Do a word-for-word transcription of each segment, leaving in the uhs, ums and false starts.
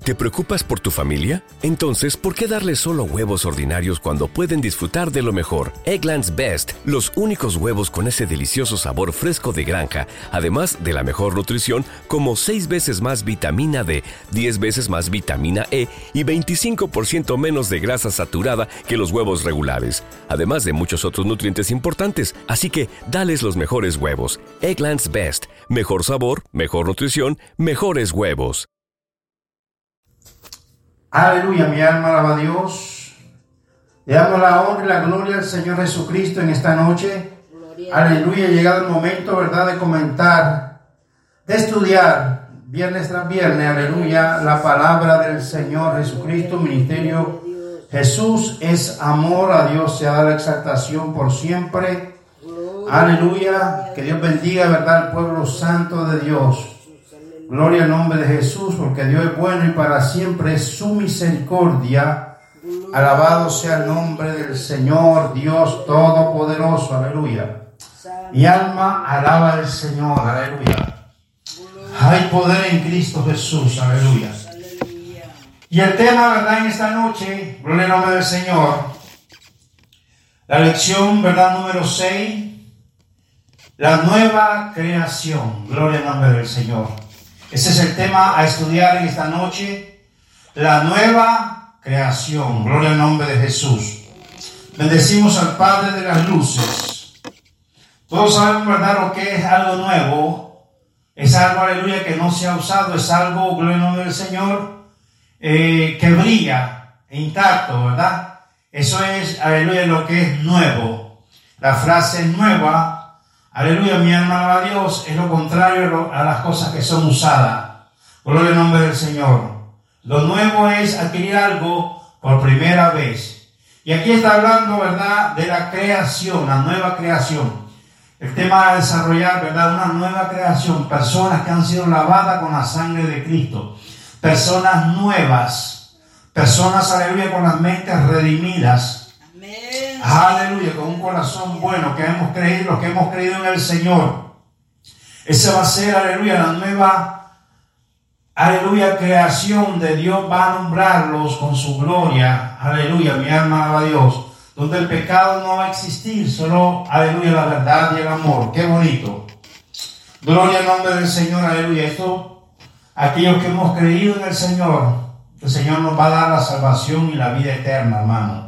¿Te preocupas por tu familia? Entonces, ¿por qué darles solo huevos ordinarios cuando pueden disfrutar de lo mejor? Eggland's Best, los únicos huevos con ese delicioso sabor fresco de granja, además de la mejor nutrición, como seis veces más vitamina D, diez veces más vitamina E y veinticinco por ciento menos de grasa saturada que los huevos regulares, además de muchos otros nutrientes importantes. Así que, dales los mejores huevos. Eggland's Best, mejor sabor, mejor nutrición, mejores huevos. Aleluya, mi alma alaba a Dios. Le damos la honra y la gloria al Señor Jesucristo en esta noche. Gloria. Aleluya, ha llegado el momento, ¿verdad?, de comentar, de estudiar, viernes tras viernes, aleluya, la palabra del Señor Jesucristo, ministerio. Jesús es amor, a Dios se da la exaltación por siempre. Aleluya, que Dios bendiga, ¿verdad?, al pueblo santo de Dios. Gloria al nombre de Jesús, porque Dios es bueno y para siempre es su misericordia. Alabado sea el nombre del Señor, Dios Todopoderoso. Aleluya. Mi alma alaba al Señor. Aleluya. Hay poder en Cristo Jesús. Aleluya. Y el tema, ¿verdad?, en esta noche, gloria al nombre del Señor. La lección, ¿verdad?, número seis. La nueva creación. Gloria al nombre del Señor. Ese es el tema a estudiar en esta noche, la nueva creación. Gloria al nombre de Jesús. Bendecimos al Padre de las luces. Todos sabemos, ¿verdad?, lo que es algo nuevo. Es algo, aleluya, que no se ha usado. Es algo, gloria al nombre del Señor, eh, que brilla intacto, ¿verdad? Eso es, aleluya, lo que es nuevo. La frase nueva, aleluya, mi alma alaba a Dios, es lo contrario a las cosas que son usadas. Gloria al nombre del Señor. Lo nuevo es adquirir algo por primera vez. Y aquí está hablando, ¿verdad?, de la creación, la nueva creación. El tema a desarrollar, ¿verdad?, una nueva creación. Personas que han sido lavadas con la sangre de Cristo. Personas nuevas. Personas, aleluya, con las mentes redimidas. Aleluya, con un corazón bueno, que hemos creído, los que hemos creído en el Señor. Esa va a ser, aleluya, la nueva, aleluya, creación de Dios. Va a nombrarlos con su gloria. Aleluya, mi alma alaba a Dios. Donde el pecado no va a existir, solo, aleluya, la verdad y el amor. Qué bonito. Gloria al nombre del Señor, aleluya. Esto, aquellos que hemos creído en el Señor, el Señor nos va a dar la salvación y la vida eterna, hermano.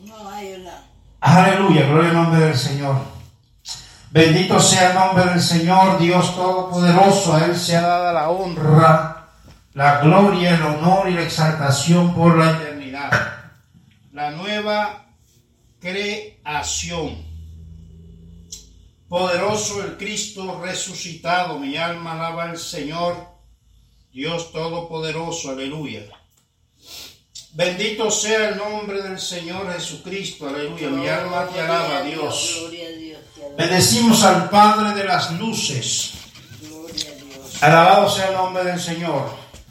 Aleluya, gloria al nombre del Señor. Bendito sea el nombre del Señor, Dios Todopoderoso. A Él se ha dado la honra, la gloria, el honor y la exaltación por la eternidad. La nueva creación. Poderoso el Cristo resucitado. Mi alma alaba al Señor, Dios Todopoderoso. Aleluya. Bendito sea el nombre del Señor Jesucristo. Aleluya. Mi alma te alaba, Dios. Bendecimos al Padre de las luces. Alabado sea el nombre del Señor.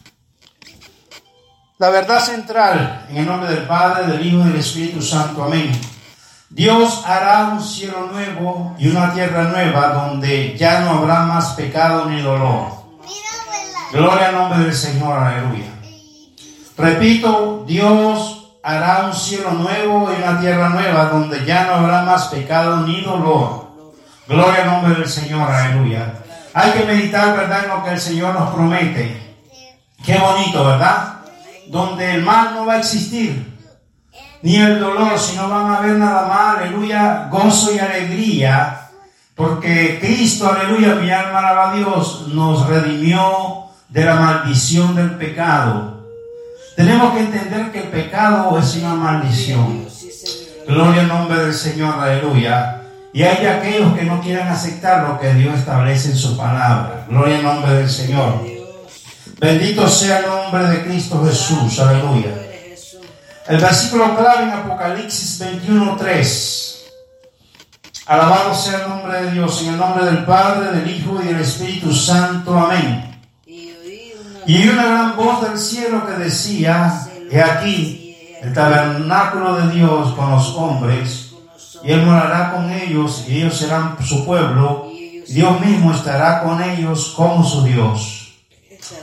La verdad central, en el nombre del Padre, del Hijo y del Espíritu Santo. Amén. Dios hará un cielo nuevo y una tierra nueva donde ya no habrá más pecado ni dolor. Gloria al nombre del Señor. Aleluya. Repito, Dios hará un cielo nuevo y una tierra nueva donde ya no habrá más pecado ni dolor. Gloria al nombre del Señor, aleluya. Hay que meditar, ¿verdad?, en lo que el Señor nos promete. Qué bonito, ¿verdad? Donde el mal no va a existir, ni el dolor, sino van a haber nada más, aleluya, gozo y alegría, porque Cristo, aleluya, mi alma alaba a Dios, nos redimió de la maldición del pecado. Tenemos que entender que el pecado es una maldición. Gloria al nombre del Señor, aleluya. Y hay aquellos que no quieran aceptar lo que Dios establece en su palabra. Gloria al nombre del Señor. Bendito sea el nombre de Cristo Jesús, aleluya. El versículo clave en Apocalipsis veintiuno tres. Alabado sea el nombre de Dios, en el nombre del Padre, del Hijo y del Espíritu Santo. Amén. Y oí una gran voz del cielo que decía: he aquí el tabernáculo de Dios con los hombres, y Él morará con ellos, y ellos serán su pueblo, y Dios mismo estará con ellos como su Dios.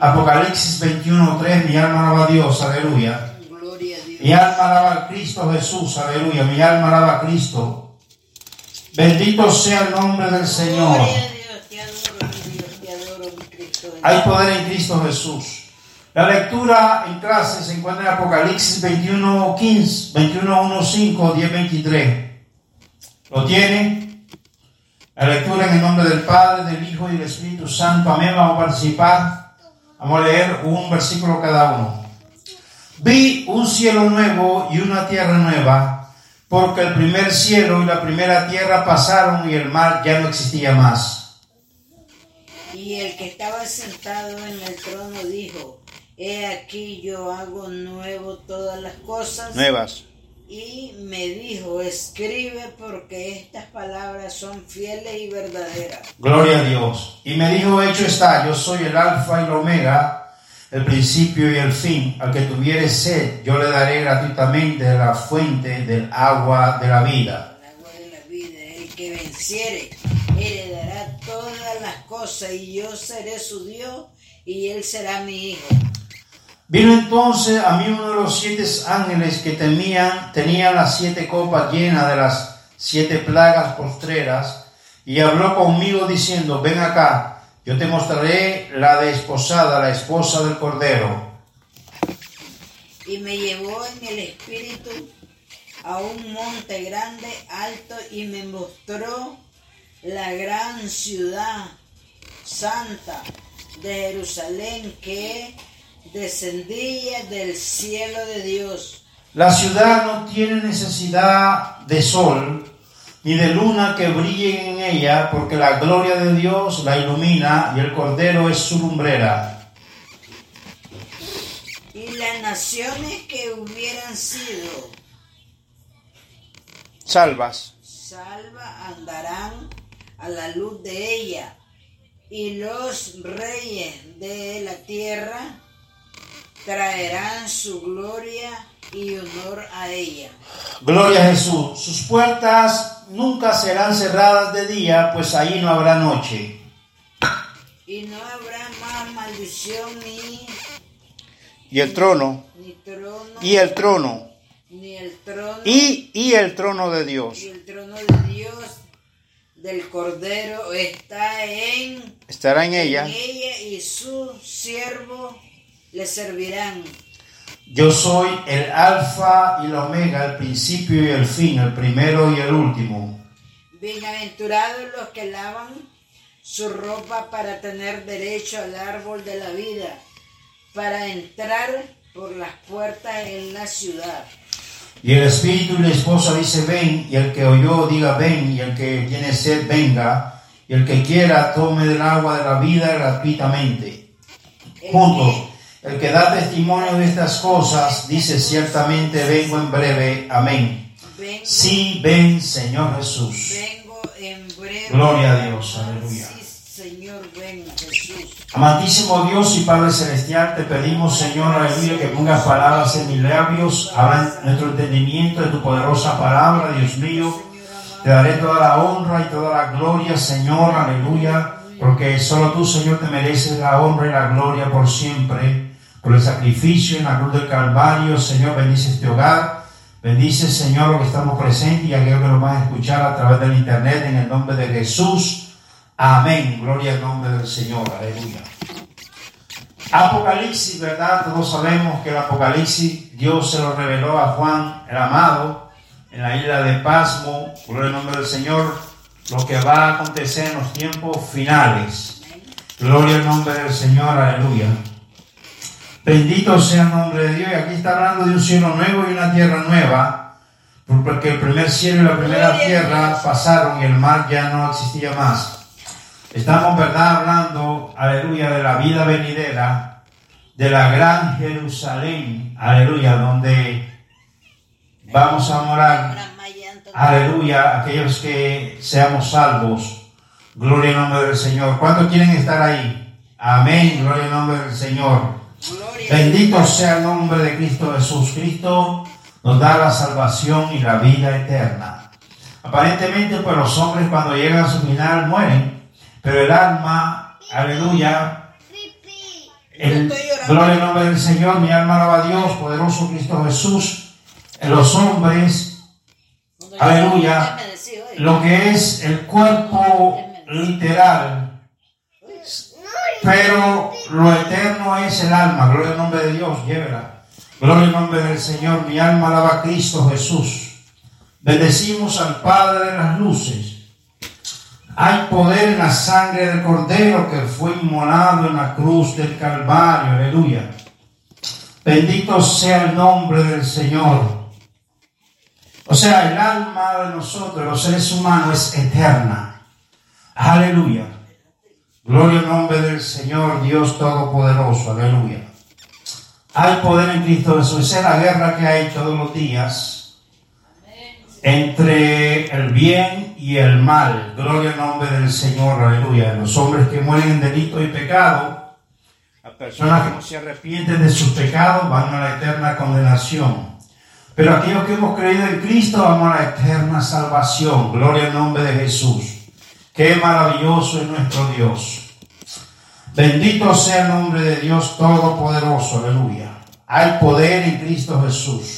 Apocalipsis veintiuno tres, mi alma alaba a Dios, aleluya. Gloria a Dios. Mi alma alaba a Cristo Jesús, aleluya. Mi alma alaba a Cristo. Bendito sea el nombre del Señor. Gloria a Dios, te adoro, mi Dios, te adoro, mi Cristo. Hay poder en Cristo Jesús. La lectura en clase se encuentra en Apocalipsis veintiuno quince, veintiuno uno cinco, diez veintitrés. ¿Lo tiene? La lectura en el nombre del Padre, del Hijo y del Espíritu Santo. Amén. Vamos a participar. Vamos a leer un versículo cada uno. Vi un cielo nuevo y una tierra nueva, porque el primer cielo y la primera tierra pasaron y el mar ya no existía más. Y el que estaba sentado en el trono dijo: He aquí yo hago nuevo todas las cosas. Nuevas. Y me dijo: escribe, porque estas palabras son fieles y verdaderas. Gloria a Dios. Y me dijo: hecho está, yo soy el alfa y el omega, el principio y el fin. Al que tuviere sed, yo le daré gratuitamente de la fuente del agua de la vida. El agua de la vida. El que venciere heredará todas las cosas, y yo seré su Dios, y él será mi hijo. Vino entonces a mí uno de los siete ángeles que temían, tenían las siete copas llenas de las siete plagas postreras, y habló conmigo diciendo: ven acá, yo te mostraré la desposada, la esposa del Cordero. Y me llevó en el espíritu a un monte grande, alto, y me mostró la gran ciudad santa de Jerusalén, que descendía del cielo de Dios. La ciudad no tiene necesidad de sol ni de luna que brillen en ella, porque la gloria de Dios la ilumina y el Cordero es su lumbrera. Y las naciones que hubieran sido salvas, salvas andarán a la luz de ella, y los reyes de la tierra traerán su gloria y honor a ella. Gloria a Jesús. Sus puertas nunca serán cerradas de día, pues ahí no habrá noche. Y no habrá más maldición ni... Y el trono. Ni trono. Y el trono. Ni el trono. Y, y el trono de Dios. Y el trono de Dios, del Cordero, está en... Estará en ella. En ella, y su siervo le servirán. Yo soy el alfa y la omega, el principio y el fin, el primero y el último. Bienaventurados los que lavan su ropa para tener derecho al árbol de la vida, para entrar por las puertas en la ciudad. Y el espíritu y la esposa dice: ven, y el que oyó diga: ven, y el que tiene sed venga, y el que quiera tome del agua de la vida gratuitamente. Punto. El que da testimonio de estas cosas dice: ciertamente vengo en breve. Amén. Vengo, sí, ven, Señor Jesús. Vengo en breve. Gloria a Dios. Aleluya. Sí, Señor, ven, Jesús. Amantísimo Dios y Padre Celestial, te pedimos, Señor, aleluya, que pongas palabras en mis labios, habla en nuestro entendimiento de tu poderosa palabra, Dios mío. Te daré toda la honra y toda la gloria, Señor, aleluya, porque solo tú, Señor, te mereces la honra y la gloria por siempre. Por el sacrificio en la cruz del Calvario, Señor, bendice este hogar, bendice, Señor, lo que estamos presentes y aquellos que lo van a escuchar a través del internet, en el nombre de Jesús. Amén. Gloria al nombre del Señor. Aleluya. Apocalipsis, ¿verdad? Todos sabemos que el Apocalipsis Dios se lo reveló a Juan el amado en la isla de Pasmo. Gloria al nombre del Señor. Lo que va a acontecer en los tiempos finales. Gloria al nombre del Señor. Aleluya. Bendito sea el nombre de Dios. Y aquí está hablando de un cielo nuevo y una tierra nueva, porque el primer cielo y la primera tierra pasaron y el mar ya no existía más. Estamos, ¿verdad?, hablando, aleluya, de la vida venidera, de la gran Jerusalén, aleluya, donde vamos a morar, aleluya, aquellos que seamos salvos. Gloria al nombre del Señor. ¿Cuántos quieren estar ahí? Amén. Gloria al nombre del Señor. Bendito sea el nombre de Cristo Jesús. Cristo nos da la salvación y la vida eterna. Aparentemente, pues los hombres cuando llegan a su final mueren, pero el alma, aleluya, El, gloria al nombre del Señor, mi alma alaba a Dios, poderoso Cristo Jesús. En los hombres, aleluya, lo que es el cuerpo literal, pero lo eterno es el alma. Gloria al nombre de Dios, llévela. Gloria al nombre del Señor, mi alma alaba a Cristo Jesús. Bendecimos al Padre de las luces. Hay poder en la sangre del Cordero que fue inmolado en la cruz del Calvario. Aleluya. Bendito sea el nombre del Señor. O sea, el alma de nosotros, los seres humanos, es eterna. Aleluya. Gloria al nombre del Señor, Dios Todopoderoso. Aleluya. Hay poder en Cristo Jesús. Esa es la guerra que hay todos los días entre el bien y el mal. Gloria al nombre del Señor, aleluya. Los hombres que mueren en delito y pecado, las personas que no se arrepienten de sus pecados, van a la eterna condenación. Pero aquellos que hemos creído en Cristo, vamos a la eterna salvación. Gloria al nombre de Jesús. Qué maravilloso es nuestro Dios. Bendito sea el nombre de Dios Todopoderoso, aleluya. Hay poder en Cristo Jesús.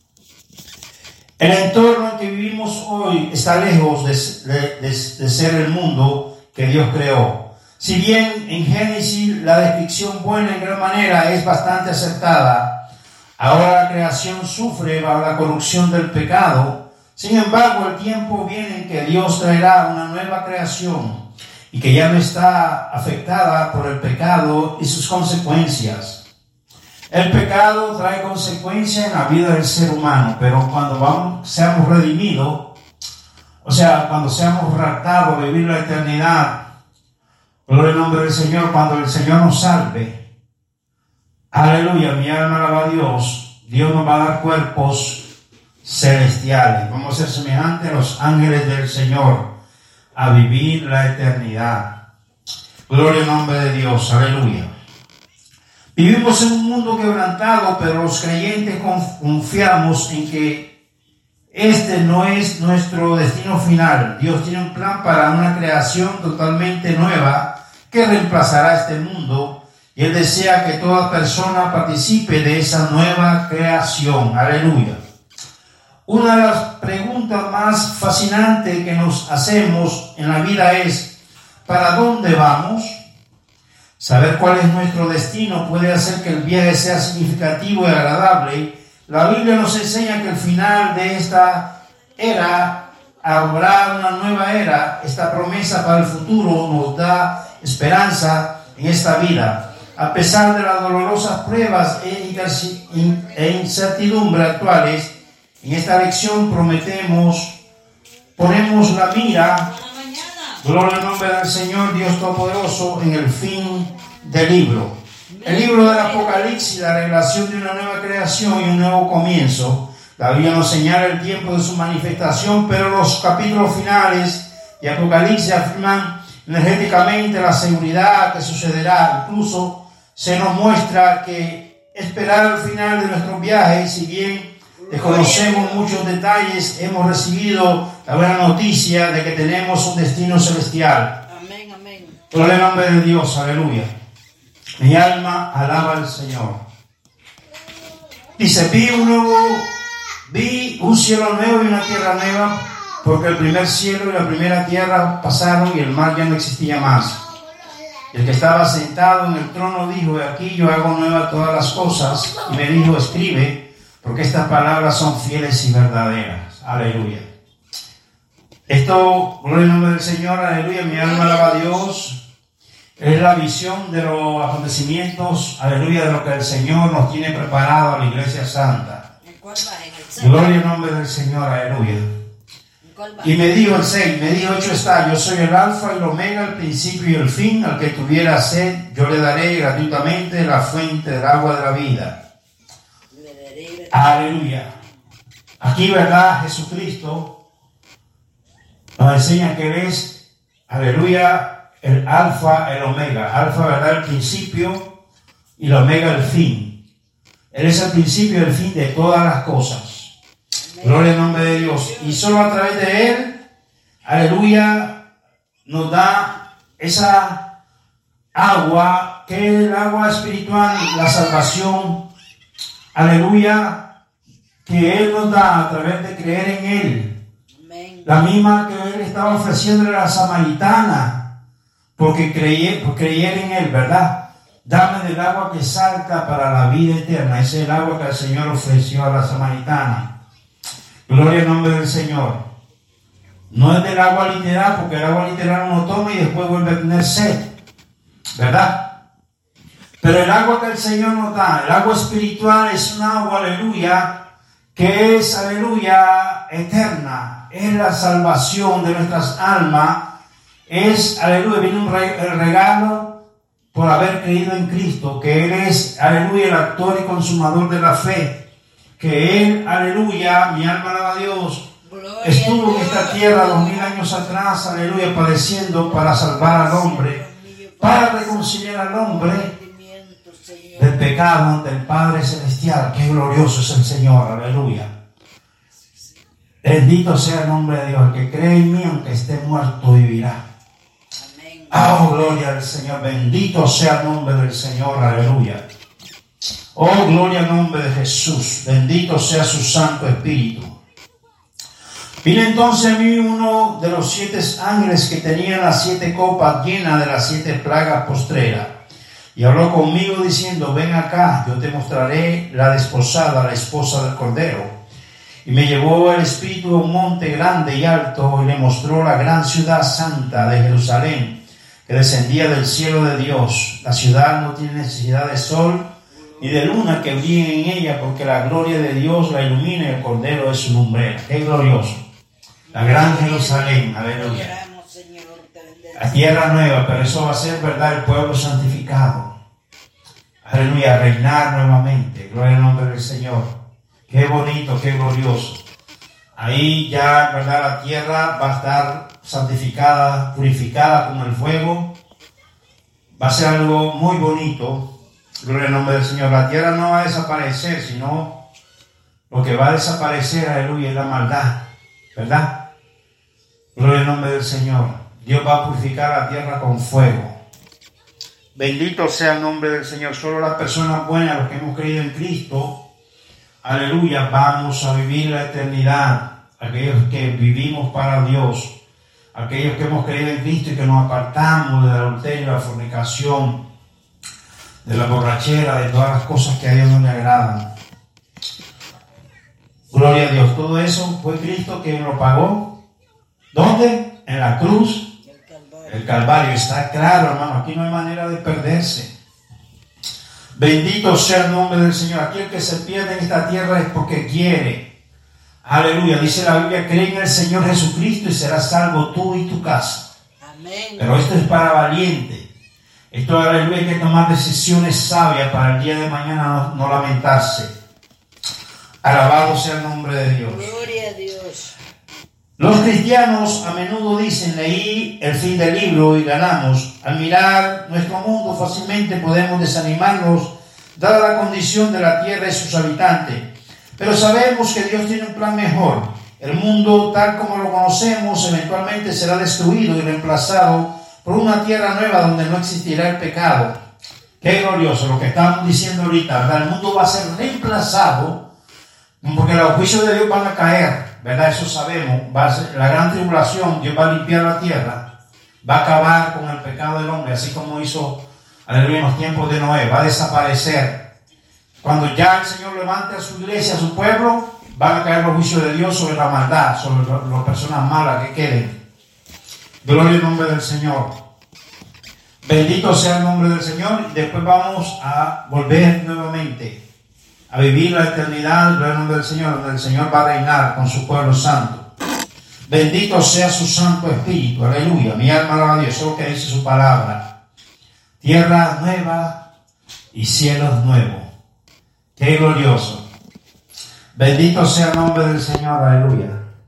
El entorno en que vivimos hoy está lejos de, de, de, de ser el mundo que Dios creó. Si bien en Génesis la descripción buena en gran manera es bastante acertada, ahora la creación sufre bajo la corrupción del pecado. Sin embargo, el tiempo viene en que Dios traerá una nueva creación y que ya no está afectada por el pecado y sus consecuencias. El pecado trae consecuencias en la vida del ser humano, pero cuando vamos, seamos redimidos, o sea, cuando seamos raptados a vivir la eternidad, gloria al nombre del Señor, cuando el Señor nos salve, aleluya, mi alma alaba a Dios, Dios nos va a dar cuerpos celestiales, vamos a ser semejantes a los ángeles del Señor, a vivir la eternidad. Gloria al nombre de Dios, aleluya. Vivimos en un mundo quebrantado, pero los creyentes confiamos en que este no es nuestro destino final. Dios tiene un plan para una creación totalmente nueva que reemplazará este mundo y Él desea que toda persona participe de esa nueva creación. Aleluya. Una de las preguntas más fascinantes que nos hacemos en la vida es: ¿para dónde vamos? Saber cuál es nuestro destino puede hacer que el viaje sea significativo y agradable. La Biblia nos enseña que al final de esta era habrá una nueva era. Esta promesa para el futuro nos da esperanza en esta vida. A pesar de las dolorosas pruebas e incertidumbre actuales, en esta lección prometemos, ponemos la mira, gloria al nombre del Señor Dios Todopoderoso, en el fin del libro. El libro del Apocalipsis, la revelación de una nueva creación y un nuevo comienzo. La Biblia nos señala el tiempo de su manifestación, pero los capítulos finales de Apocalipsis afirman energéticamente la seguridad que sucederá. Incluso se nos muestra que esperar al final de nuestros viajes, si bien desconocemos muchos detalles, hemos recibido la buena noticia de que tenemos un destino celestial. Amén, amén. Gloria al nombre de Dios, aleluya. Mi alma alaba al Señor. Dice, vi un nuevo, vi un cielo nuevo y una tierra nueva, porque el primer cielo y la primera tierra pasaron y el mar ya no existía más. El que estaba sentado en el trono dijo: aquí yo hago nueva todas las cosas. Y me dijo: escribe, porque estas palabras son fieles y verdaderas. Aleluya. Esto, gloria al nombre del Señor, aleluya, mi alma alaba a Dios. Es la visión de los acontecimientos, aleluya, de lo que el Señor nos tiene preparado a la Iglesia Santa. Gloria al nombre del Señor, aleluya. Y me dijo el seis, me dijo: hecho está, yo soy el alfa y el omega, el principio y el fin. Al que tuviera sed, yo le daré gratuitamente la fuente del agua de la vida. Aleluya. Aquí, ¿verdad? Jesucristo nos enseña que Él es, aleluya, el alfa, el omega. Alfa, ¿verdad? El principio, y el omega, el fin. Él es el principio y el fin de todas las cosas. Gloria al nombre de Dios. Y solo a través de Él, aleluya, nos da esa agua, que es el agua espiritual, la salvación, aleluya, que Él nos da a través de creer en Él. Amén. La misma que Él estaba ofreciéndole a la samaritana, porque creyé, por creer en Él, ¿verdad? Dame del agua que salta para la vida eterna. Ese es el agua que el Señor ofreció a la samaritana. Gloria al nombre del Señor. No es del agua literal, porque el agua literal uno toma y después vuelve a tener sed, ¿verdad? Pero el agua que el Señor nos da, el agua espiritual, es un agua, aleluya, que es, aleluya, eterna. Es la salvación de nuestras almas. Es, aleluya, viene un re, el regalo por haber creído en Cristo, que Él es, aleluya, el autor y consumador de la fe, que Él, aleluya, mi alma alaba a Dios, Gloria estuvo a en esta Dios. tierra dos mil años atrás, aleluya, padeciendo para salvar al hombre, para reconciliar al hombre Entendimiento, Señor. del pecado ante el Padre Celestial. Qué glorioso es el Señor, aleluya. Bendito sea el nombre de Dios. El que cree en mí, aunque esté muerto, vivirá. Amén. Oh, gloria al Señor. Bendito sea el nombre del Señor, aleluya. Oh, gloria al nombre de Jesús. Bendito sea su Santo Espíritu. Vino entonces a mí uno de los siete ángeles que tenían las siete copas llenas de las siete plagas postreras. Y habló conmigo diciendo, ven acá, yo te mostraré la desposada, la esposa del Cordero. Y me llevó el Espíritu a un monte grande y alto, y le mostró la gran ciudad santa de Jerusalén, que descendía del cielo de Dios. La ciudad no tiene necesidad de sol ni de luna que brille en ella, porque la gloria de Dios la ilumina y el Cordero es su lumbrera. ¡Qué glorioso! La gran Jerusalén, aleluya. Oramos, Señor, te bendecimos. La tierra nueva, pero eso va a ser, ¿verdad?, el pueblo santificado. Aleluya, a reinar nuevamente. Gloria al nombre del Señor. Qué bonito, qué glorioso. Ahí ya, ¿verdad?, la tierra va a estar santificada, purificada con el fuego. Va a ser algo muy bonito. Gloria al nombre del Señor. La tierra no va a desaparecer, sino lo que va a desaparecer, aleluya, es la maldad, ¿verdad? Gloria al nombre del Señor. Dios va a purificar la tierra con fuego. Bendito sea el nombre del Señor. Solo las personas buenas, los que hemos creído en Cristo, aleluya, vamos a vivir la eternidad. Aquellos que vivimos para Dios, aquellos que hemos creído en Cristo y que nos apartamos del adulterio, de la fornicación, de la borrachera, de todas las cosas que a Dios no le agradan. Gloria a Dios. Todo eso fue Cristo quien lo pagó. ¿Dónde? En la cruz. El Calvario. El Calvario. Está claro, hermano. Aquí no hay manera de perderse. Bendito sea el nombre del Señor. Aquí el que se pierde en esta tierra es porque quiere. Aleluya. Dice la Biblia, cree en el Señor Jesucristo y serás salvo tú y tu casa. Amén. Pero esto es para valiente. Esto, aleluya, hay que tomar decisiones sabias para el día de mañana no, no lamentarse. Alabado sea el nombre de Dios. Gloria a Dios. Los cristianos a menudo dicen, leí el fin del libro y ganamos. Al mirar nuestro mundo fácilmente podemos desanimarnos, dada la condición de la tierra y sus habitantes. Pero sabemos que Dios tiene un plan mejor. El mundo tal como lo conocemos eventualmente será destruido y reemplazado por una tierra nueva donde no existirá el pecado. Qué glorioso lo que estamos diciendo ahorita, ¿verdad? El mundo va a ser reemplazado porque los juicios de Dios van a caer, ¿verdad? Eso sabemos. Va a ser la gran tribulación, Dios va a limpiar la tierra, va a acabar con el pecado del hombre, así como hizo, aleluya, en los tiempos de Noé, va a desaparecer. Cuando ya el Señor levante a su iglesia, a su pueblo, van a caer los juicios de Dios sobre la maldad, sobre las personas malas que queden. Gloria al nombre del Señor. Bendito sea el nombre del Señor. Y después vamos a volver nuevamente a vivir la eternidad, gloria al nombre del Señor, donde el Señor va a reinar con su pueblo santo. Bendito sea su Santo Espíritu, aleluya. Mi alma alaba a Dios, eso es lo que dice su palabra. Tierra nueva y cielos nuevos. Qué glorioso. Bendito sea el nombre del Señor, aleluya.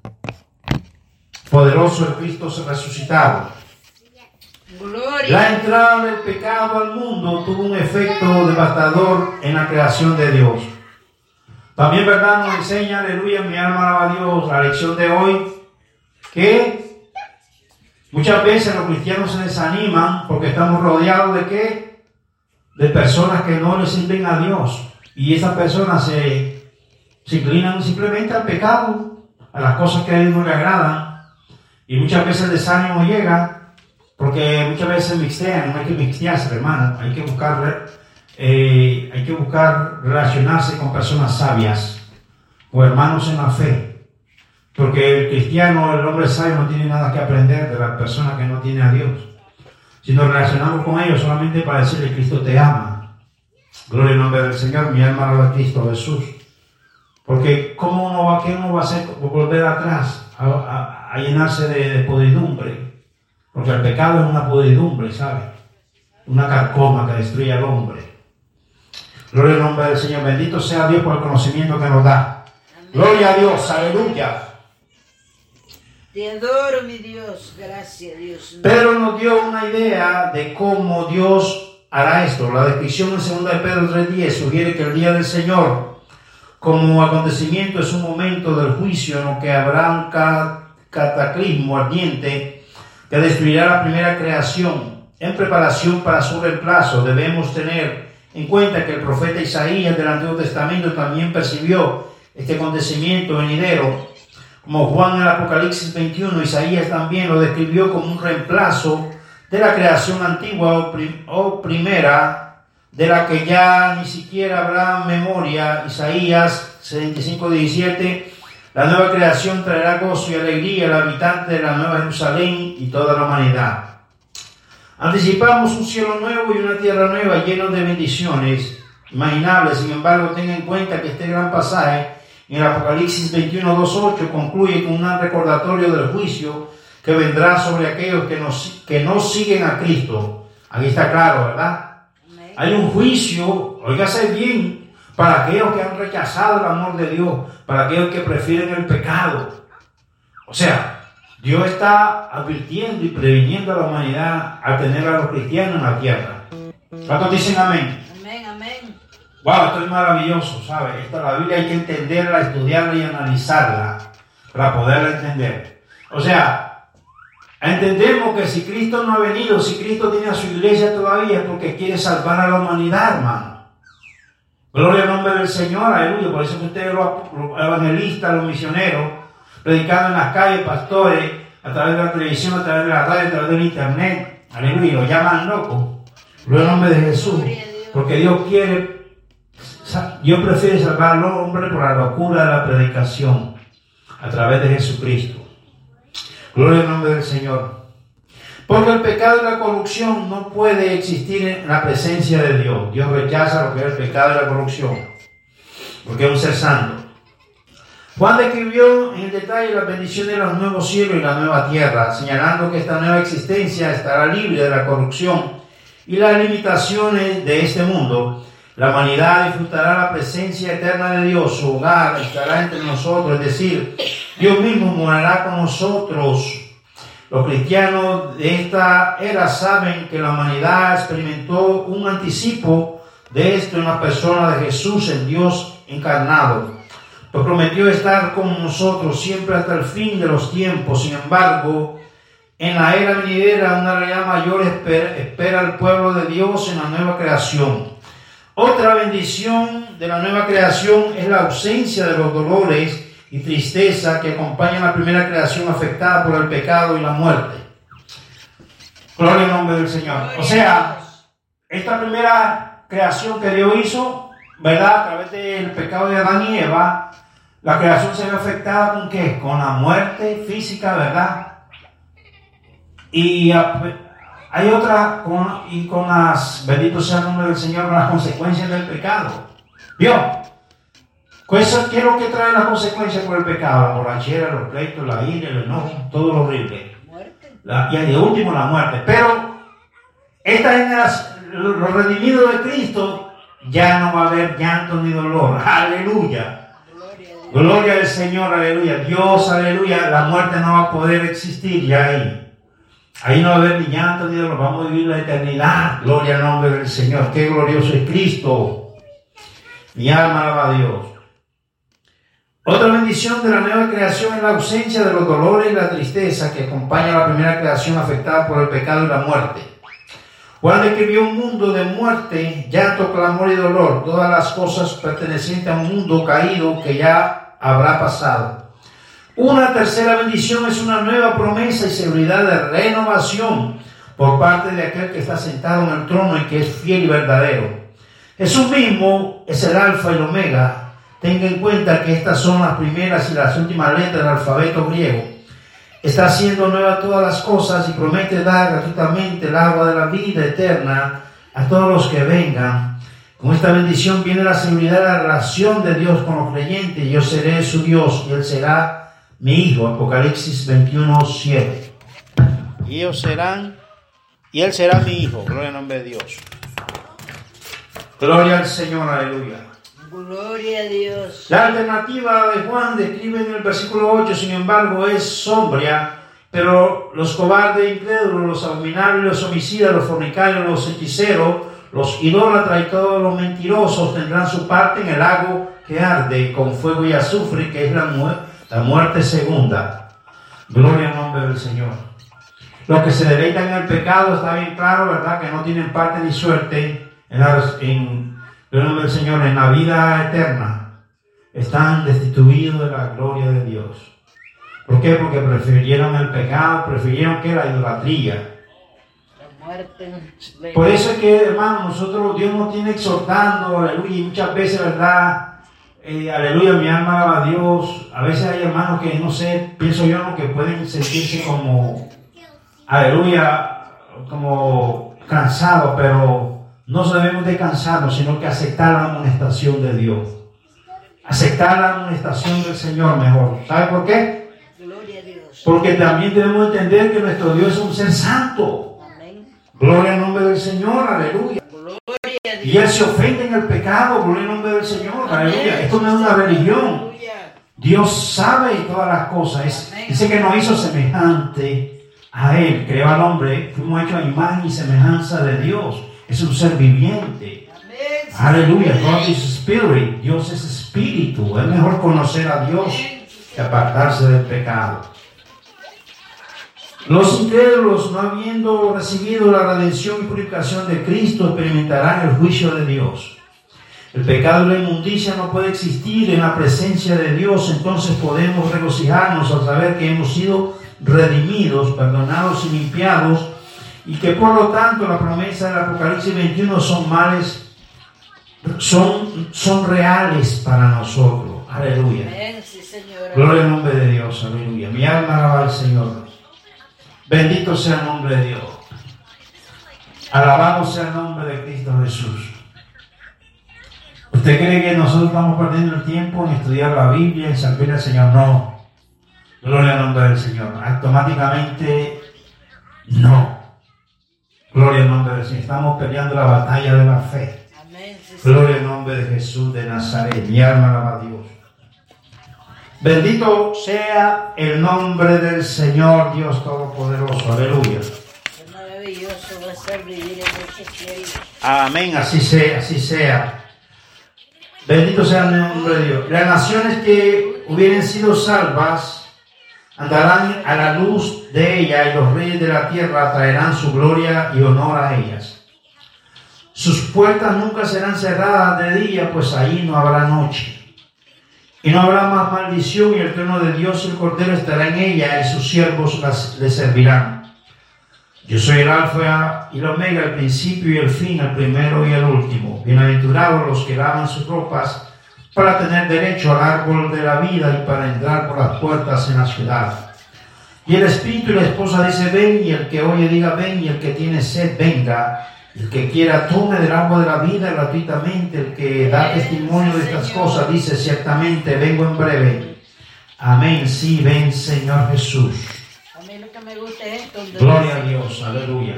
Poderoso el Cristo resucitado. Gloria. La entrada del pecado al mundo tuvo un efecto devastador en la creación de Dios. También, ¿verdad?, nos enseña, aleluya, mi alma alaba a Dios, la lección de hoy, que Muchas veces los cristianos se desaniman porque estamos rodeados de ¿qué? De personas que no le sirven a Dios. Y esas personas se, se inclinan simplemente al pecado, a las cosas que a Dios no le agradan. Y muchas veces el desánimo llega porque muchas veces mixtean. No hay que mixtearse, hermano. Hay que buscar, eh, hay que buscar relacionarse con personas sabias o hermanos en la fe. Porque el cristiano, el hombre sabio, no tiene nada que aprender de la persona que no tiene a Dios. Si nos relacionamos con ellos solamente para decirle Cristo te ama. Gloria al nombre del Señor, mi alma alaba a Cristo Jesús. Porque ¿cómo uno va, qué uno va a hacer? Volver atrás, a, a, a llenarse de, de podridumbre. Porque el pecado es una podridumbre, ¿sabe? Una carcoma que destruye al hombre. Gloria al nombre del Señor. Bendito sea Dios por el conocimiento que nos da. Amén. Gloria a Dios, aleluya. Te adoro, mi Dios. Gracias, Dios mío. Pedro nos dio una idea de cómo Dios hará esto. La descripción en segunda de Pedro tres diez sugiere que el día del Señor, como acontecimiento, es un momento del juicio en el que habrá un cataclismo ardiente que destruirá la primera creación. En preparación para su reemplazo, debemos tener en cuenta que el profeta Isaías del Antiguo Testamento también percibió este acontecimiento venidero. Como Juan en el Apocalipsis veintiuno, Isaías también lo describió como un reemplazo de la creación antigua o, prim o primera, de la que ya ni siquiera habrá memoria. Isaías setenta y cinco diecisiete, la nueva creación traerá gozo y alegría al habitante de la nueva Jerusalén y toda la humanidad. Anticipamos un cielo nuevo y una tierra nueva llenos de bendiciones imaginables. Sin embargo, tenga en cuenta que este gran pasaje en el Apocalipsis veintiuno dos ocho concluye con un recordatorio del juicio que vendrá sobre aquellos que no, que no siguen a Cristo. Aquí está claro, ¿verdad? Amén. Hay un juicio, óigase bien, para aquellos que han rechazado el amor de Dios, para aquellos que prefieren el pecado. O sea, Dios está advirtiendo y previniendo a la humanidad al tener a los cristianos en la tierra. ¿Cuántos dicen amén? Amén, amén. Wow, esto es maravilloso, ¿sabes? Esta, la Biblia hay que entenderla, estudiarla y analizarla para poderla entender. O sea, entendemos que si Cristo no ha venido, si Cristo tiene a su iglesia todavía, es porque quiere salvar a la humanidad, hermano. Gloria al nombre del Señor, aleluya. Por eso que ustedes, los, los evangelistas, los misioneros, predicando en las calles, pastores, a través de la televisión, a través de la radio, a través del internet, aleluya, lo llaman loco. Gloria al nombre de Jesús. Porque Dios quiere... Dios prefiere salvar al hombre por la locura de la predicación a través de Jesucristo. Gloria al nombre del Señor. Porque el pecado y la corrupción no puede existir en la presencia de Dios. Dios rechaza lo que es el pecado y la corrupción, porque es un ser santo. Juan describió en detalle las bendiciones de los nuevos cielos y la nueva tierra, señalando que esta nueva existencia estará libre de la corrupción y las limitaciones de este mundo. La humanidad disfrutará la presencia eterna de Dios, su hogar estará entre nosotros, es decir, Dios mismo morará con nosotros. Los cristianos de esta era saben que la humanidad experimentó un anticipo de esto en la persona de Jesús, el Dios encarnado. Pues prometió estar con nosotros siempre hasta el fin de los tiempos. Sin embargo, en la era venidera una realidad mayor espera, espera al pueblo de Dios en la nueva creación. Otra bendición de la nueva creación es la ausencia de los dolores y tristeza que acompañan la primera creación afectada por el pecado y la muerte. Gloria al nombre del Señor. O sea, esta primera creación que Dios hizo, ¿verdad? A través del pecado de Adán y Eva, la creación se ve afectada con ¿qué? Con la muerte física, ¿verdad? Y hay otra, con, y con las, bendito sea el nombre del Señor, con las consecuencias del pecado. ¿Vio? Pues, ¿qué es lo que trae las consecuencias por el pecado? La borrachera, los pleitos, la ira, el enojo, todo lo horrible. La, y de último la muerte. Pero esta generación, los redimidos de Cristo, ya no va a haber llanto ni dolor. Aleluya. Gloria, Gloria al Señor, aleluya. Dios, aleluya. La muerte no va a poder existir ya ahí. Ahí no va a haber ni llanto ni dolor. Vamos a vivir la eternidad. Gloria al nombre del Señor. Qué glorioso es Cristo. Mi alma alaba a Dios. Otra bendición de la nueva creación es la ausencia de los dolores y la tristeza que acompaña a la primera creación afectada por el pecado y la muerte. Juan describió un mundo de muerte, llanto, clamor y dolor, todas las cosas pertenecientes a un mundo caído que ya habrá pasado. Una tercera bendición es una nueva promesa y seguridad de renovación por parte de aquel que está sentado en el trono y que es fiel y verdadero. Jesús mismo es el alfa y el omega. Tenga en cuenta que estas son las primeras y las últimas letras del alfabeto griego. Está haciendo nuevas todas las cosas y promete dar gratuitamente el agua de la vida eterna a todos los que vengan. Con esta bendición viene la seguridad de la relación de Dios con los creyentes. Yo seré su Dios y Él será mi hijo. Apocalipsis veintiuno, siete. Y ellos serán, y Él será mi hijo. Gloria al nombre de Dios. Gloria al Señor, aleluya. Gloria a Dios. La alternativa de Juan describe en el versículo ocho, sin embargo, es sombria, pero los cobardes, incrédulos, los abominables, los homicidas, los fornicarios, los hechiceros, los idólatras y todos los mentirosos tendrán su parte en el lago que arde con fuego y azufre, que es la, mu la muerte segunda. Gloria al nombre del Señor. Los que se deleitan en el pecado, está bien claro, ¿verdad?, que no tienen parte ni suerte en la, en el nombre del Señor, en la vida eterna. Están destituidos de la gloria de Dios. ¿Por qué? Porque prefirieron el pecado, prefirieron que la idolatría. La muerte. Por eso es que, hermano, nosotros, Dios nos tiene exhortando, aleluya, y muchas veces, ¿verdad? Eh, aleluya, mi alma alaba a Dios. A veces hay hermanos que, no sé, pienso yo, ¿no?, que pueden sentirse como, aleluya, como cansados, pero no debemos de cansarnos, sino que aceptar la amonestación de Dios. Aceptar la amonestación del Señor mejor. ¿Sabe por qué? Gloria a Dios. Porque también debemos entender que nuestro Dios es un ser santo. Amén. Gloria al nombre del Señor, aleluya. Gloria a Dios. Y Él se ofende en el pecado, gloria al nombre del Señor, aleluya. Esto no es una religión. Dios sabe todas las cosas. Es, dice que nos hizo semejante a Él. Creó al hombre, fuimos hechos a imagen y semejanza de Dios. Es un ser viviente. Amén. Aleluya. God is spirit. Dios es espíritu. Es mejor conocer a Dios que apartarse del pecado. Los incrédulos, no habiendo recibido la redención y purificación de Cristo, experimentarán el juicio de Dios. El pecado y la inmundicia no puede existir en la presencia de Dios. Entonces podemos regocijarnos al saber que hemos sido redimidos, perdonados y limpiados, y que por lo tanto la promesa del Apocalipsis veintiuno son males, son, son reales para nosotros. Aleluya. Amén, sí, Señor. Gloria al nombre de Dios. Aleluya. Mi alma alaba al Señor. Bendito sea el nombre de Dios. Alabado sea el nombre de Cristo Jesús. ¿Usted cree que nosotros estamos perdiendo el tiempo en estudiar la Biblia, en servir al Señor? No. Gloria al nombre del Señor. Automáticamente, no. Gloria al nombre del Señor. Estamos peleando la batalla de la fe. Amén, sí, Gloria al nombre de Jesús de Nazaret. Mi alma alaba a Dios. Bendito sea el nombre del Señor Dios Todopoderoso. Aleluya. Qué maravilloso va a ser vivir en este cielo. Amén. Así sea, así sea. Bendito sea el nombre de Dios. Las naciones que hubieran sido salvas andarán a la luz de ella, y los reyes de la tierra traerán su gloria y honor a ellas. Sus puertas nunca serán cerradas de día, pues ahí no habrá noche. Y no habrá más maldición, y el trono de Dios y el Cordero estará en ella, y sus siervos las, le servirán. Yo soy el alfa y el omega, el principio y el fin, el primero y el último. Bienaventurados los que lavan sus ropas para tener derecho al árbol de la vida y para entrar por las puertas en la ciudad. Y el espíritu y la esposa dice: ven, y el que oye diga: ven, y el que tiene sed venga. El que quiera tome del agua de la vida gratuitamente. El que da testimonio de estas cosas dice: ciertamente vengo en breve. Amén. Sí, ven, Señor Jesús. A mí lo que me gusta es esto. Gloria a Dios, aleluya.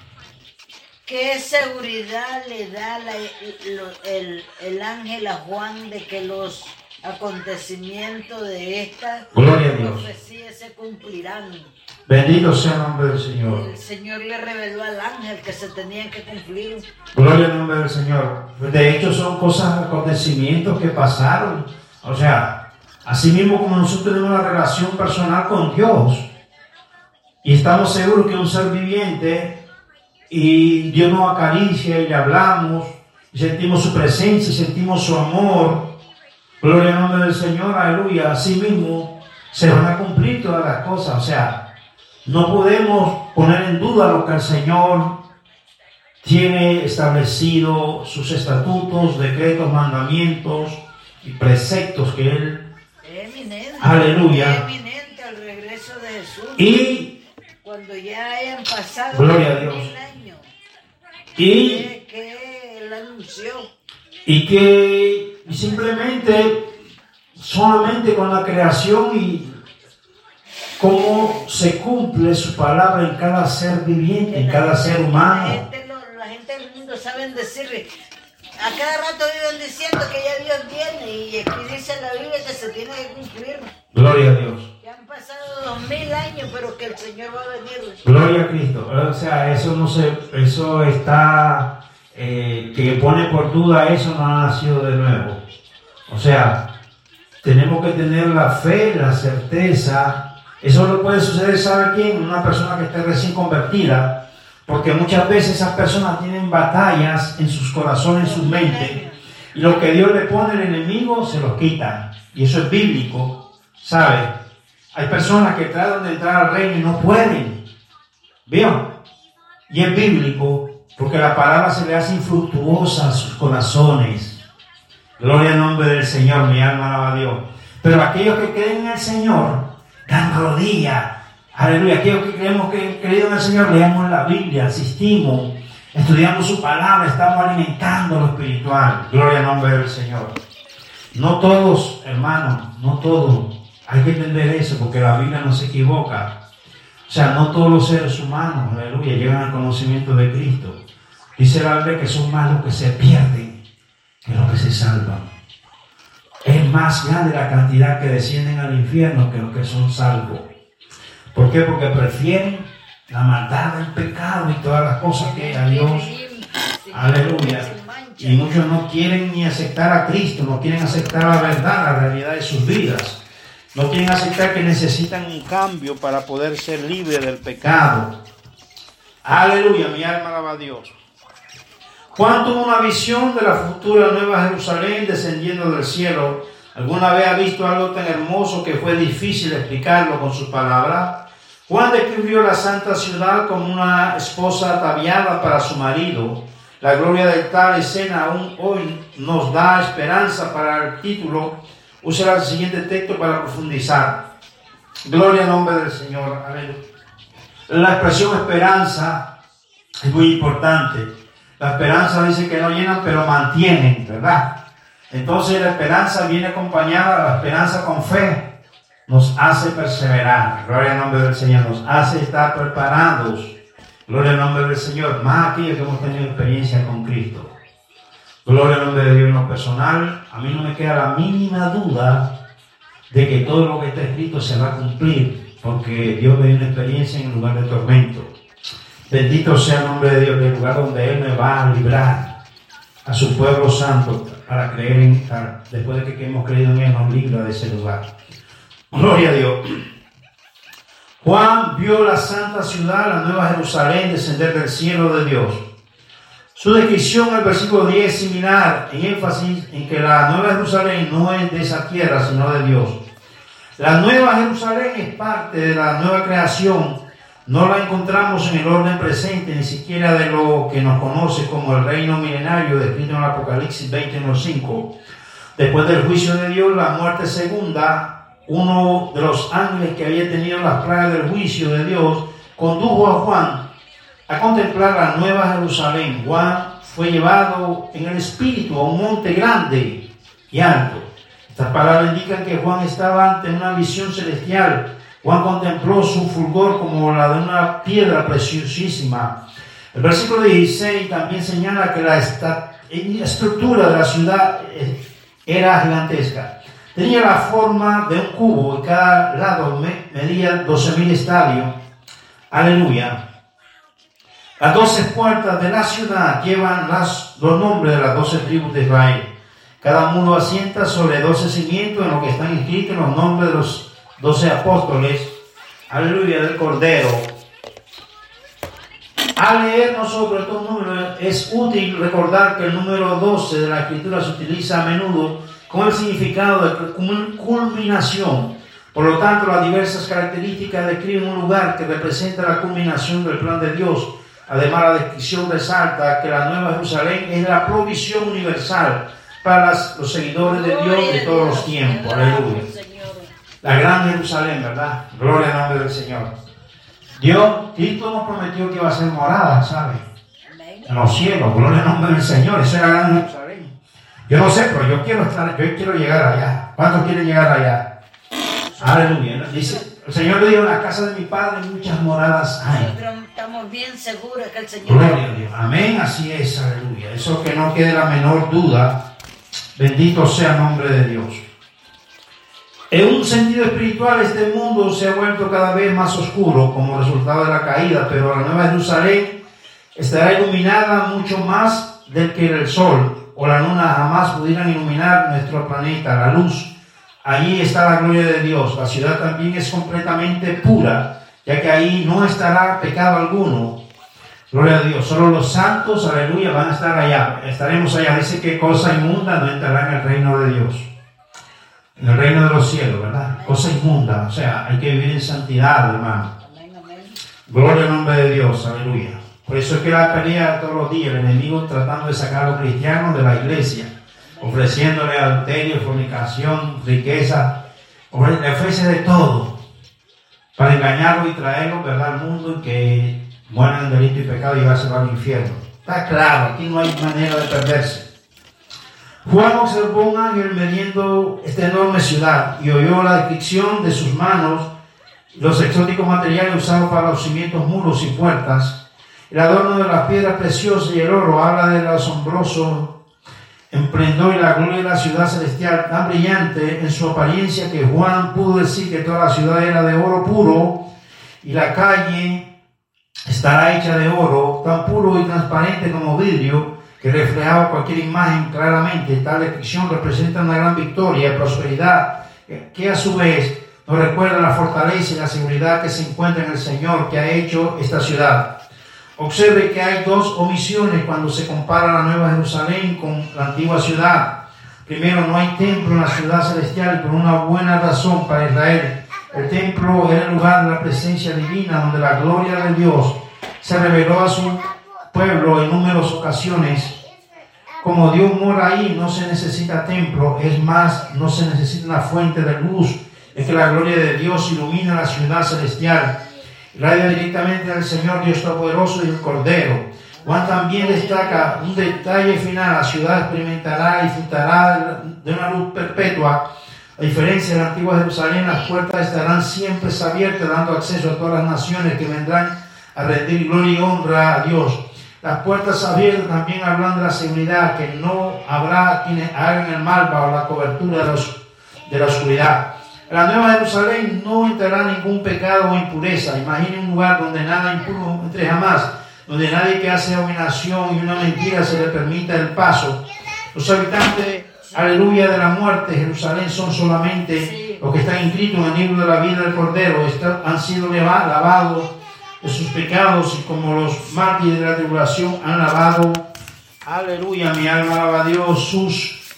¿Qué seguridad le da la, el, el ángel a Juan de que los acontecimientos de esta Gloria a Dios. profecía se cumplirán? Bendito sea el nombre del Señor. El Señor le reveló al ángel que se tenían que cumplir. Gloria al nombre del Señor. De hecho, son cosas, acontecimientos que pasaron. O sea, Asimismo, como nosotros tenemos una relación personal con Dios y estamos seguros que es un ser viviente y Dios nos acaricia y le hablamos y sentimos su presencia y sentimos su amor, gloria al nombre del Señor, aleluya. Asimismo se van a cumplir todas las cosas. O sea, no podemos poner en duda lo que el Señor tiene establecido, sus estatutos, decretos, mandamientos y preceptos que Él, eminente, aleluya, eminente al regreso de Jesús. Y cuando ya hayan pasado gloria a Dios. mil años Y que, que Él anunció. Y que simplemente, solamente con la creación y cómo se cumple su palabra en cada ser viviente, en cada ser humano. La gente, lo, la gente del mundo saben decirle, a cada rato viven diciendo que ya Dios viene y aquí dice la Biblia que se tiene que cumplir. Gloria a Dios. Ya han pasado dos mil años, pero que el Señor va a venir. Gloria a Cristo. O sea, eso no se, eso está, eh, que pone por duda, eso no ha nacido de nuevo. O sea, tenemos que tener la fe, la certeza. Eso no puede suceder, ¿sabe quién? Una persona que esté recién convertida, porque muchas veces esas personas tienen batallas en sus corazones, en sus mentes, y lo que Dios le pone al enemigo se los quita, y eso es bíblico, ¿sabe? Hay personas que tratan de entrar al reino y no pueden, ¿vieron? Y es bíblico, porque la palabra se le hace infructuosa a sus corazones. Gloria al nombre del Señor, mi alma alaba a Dios. Pero aquellos que creen en el Señor dan rodilla, aleluya. Aquellos que creemos que creído en el Señor, leemos la Biblia, asistimos, estudiamos su palabra, estamos alimentando lo espiritual. Gloria al nombre del Señor. No todos, hermanos, no todos, hay que entender eso, porque la Biblia no se equivoca. O sea, no todos los seres humanos, aleluya, llegan al conocimiento de Cristo. Dice la Biblia que son más los que se pierden que los que se salvan. Es más grande la cantidad que descienden al infierno que los que son salvos. ¿Por qué? Porque prefieren la maldad del pecado y todas las cosas que a Dios, aleluya. Y muchos no quieren ni aceptar a Cristo, no quieren aceptar la verdad, la realidad de sus vidas. No quieren aceptar que necesitan un cambio para poder ser libres del pecado. Aleluya, mi alma alaba a Dios. Juan tuvo una visión de la futura Nueva Jerusalén descendiendo del cielo. ¿Alguna vez ha visto algo tan hermoso que fue difícil explicarlo con sus palabras? Juan describió la santa ciudad como una esposa ataviada para su marido. La gloria de tal escena aún hoy nos da esperanza para el título. Usará el siguiente texto para profundizar. Gloria al nombre del Señor. Aleluya. La expresión esperanza es muy importante. La esperanza dice que no llenan, pero mantienen, ¿verdad? Entonces la esperanza viene acompañada, la esperanza con fe nos hace perseverar. Gloria al nombre del Señor, nos hace estar preparados. Gloria al nombre del Señor, más aquellos que hemos tenido experiencia con Cristo. Gloria al nombre de Dios. En lo personal, a mí no me queda la mínima duda de que todo lo que está escrito se va a cumplir, porque Dios me dio una experiencia en el lugar de tormento. Bendito sea el nombre de Dios, del lugar donde Él me va a librar a su pueblo santo para creer en estar. Después de que hemos creído en Él, nos libra de ese lugar. Gloria a Dios. Juan vio la santa ciudad, la nueva Jerusalén, descender del cielo de Dios. Su descripción en el versículo diez es similar, en énfasis en que la nueva Jerusalén no es de esa tierra, sino de Dios. La nueva Jerusalén es parte de la nueva creación. No la encontramos en el orden presente, ni siquiera de lo que nos conoce como el reino milenario descrito en el Apocalipsis veinte, cinco. Después del juicio de Dios, la muerte segunda, uno de los ángeles que había tenido las plagas del juicio de Dios, condujo a Juan a contemplar la nueva Jerusalén. Juan fue llevado en el espíritu a un monte grande y alto. Estas palabras indican que Juan estaba ante una visión celestial. Juan contempló su fulgor como la de una piedra preciosísima. El versículo dieciséis también señala que la estructura de la ciudad era gigantesca. Tenía la forma de un cubo y cada lado medía doce mil estadios. Aleluya. Las doce puertas de la ciudad llevan las, los nombres de las doce tribus de Israel. Cada muro asienta sobre doce cimientos en lo que están escritos los nombres de los doce apóstoles. Aleluya, del Cordero. Al leer nosotros estos números, es útil recordar que el número doce de la Escritura se utiliza a menudo con el significado de culminación. Por lo tanto, las diversas características describen un lugar que representa la culminación del plan de Dios. Además, la descripción resalta que la Nueva Jerusalén es la provisión universal para las, los seguidores de Dios de todos los tiempos. Aleluya. La gran Jerusalén, ¿verdad? Gloria al nombre del Señor. Dios, Cristo nos prometió que iba a ser morada, ¿sabe? En los cielos, gloria al nombre del Señor. Esa es la gran Jerusalén. Yo no sé, pero yo quiero estar, yo quiero llegar allá. ¿Cuántos quieren llegar allá? Aleluya. Dice, el Señor le dijo, en la casa de mi Padre muchas moradas hay. Nosotros estamos bien seguros que el Señor... Gloria a Dios. Amén, así es, aleluya. Eso que no quede la menor duda. Bendito sea el nombre de Dios. En un sentido espiritual, este mundo se ha vuelto cada vez más oscuro como resultado de la caída, pero la Nueva Jerusalén estará iluminada mucho más del que el sol o la luna jamás pudieran iluminar nuestro planeta, la luz. Allí está la gloria de Dios. La ciudad también es completamente pura, ya que ahí no estará pecado alguno. Gloria a Dios. Solo los santos, aleluya, van a estar allá. Estaremos allá. Dice que cosa inmunda no entrará en el reino de Dios. En el reino de los cielos, ¿verdad? Amén. Cosa inmunda. O sea, hay que vivir en santidad, hermano. Amén, amén. Gloria al nombre de Dios, aleluya. Por eso es que la pelea todos los días, el enemigo tratando de sacar a los cristianos de la iglesia, ofreciéndole adulterio, fornicación, riqueza, le ofrece de todo para engañarlos y traerlos, ¿verdad?, al mundo y que mueran en delito y pecado y llevárselo al infierno. Está claro, aquí no hay manera de perderse. Juan observó un ángel mediendo esta enorme ciudad y oyó la descripción de sus manos, los exóticos materiales usados para los cimientos, muros y puertas. El adorno de las piedras preciosas y el oro habla del asombroso esplendor y la gloria de la ciudad celestial, tan brillante en su apariencia que Juan pudo decir que toda la ciudad era de oro puro y la calle estará hecha de oro, tan puro y transparente como vidrio, que reflejaba cualquier imagen claramente. Tal descripción representa una gran victoria y prosperidad, que a su vez nos recuerda la fortaleza y la seguridad que se encuentra en el Señor que ha hecho esta ciudad. Observe que hay dos omisiones cuando se compara la Nueva Jerusalén con la antigua ciudad. Primero, no hay templo en la ciudad celestial por una buena razón para Israel. El templo era el lugar de la presencia divina donde la gloria de Dios se reveló a su pueblo en numerosas ocasiones. Como Dios mora ahí, no se necesita templo, es más, no se necesita una fuente de luz. Es que la gloria de Dios ilumina la ciudad celestial. Radia directamente al Señor Dios Todopoderoso y el Cordero. Juan también destaca un detalle final: la ciudad experimentará y disfrutará de una luz perpetua. A diferencia de la antigua Jerusalén, las puertas estarán siempre abiertas, dando acceso a todas las naciones que vendrán a rendir gloria y honra a Dios. Las puertas abiertas también hablan de la seguridad, que no habrá quienes hagan el mal bajo la cobertura de, los, de la oscuridad. En la Nueva Jerusalén no entrará ningún pecado o impureza. Imagine un lugar donde nada impuro entre jamás, donde nadie que hace abominación y una mentira se le permita el paso. Los habitantes, aleluya, de la muerte, Jerusalén, son solamente los que están inscritos en el libro de la vida del Cordero. Están, han sido lavados de sus pecados y como los mártires de la tribulación han lavado, aleluya, mi alma alaba a Dios, sus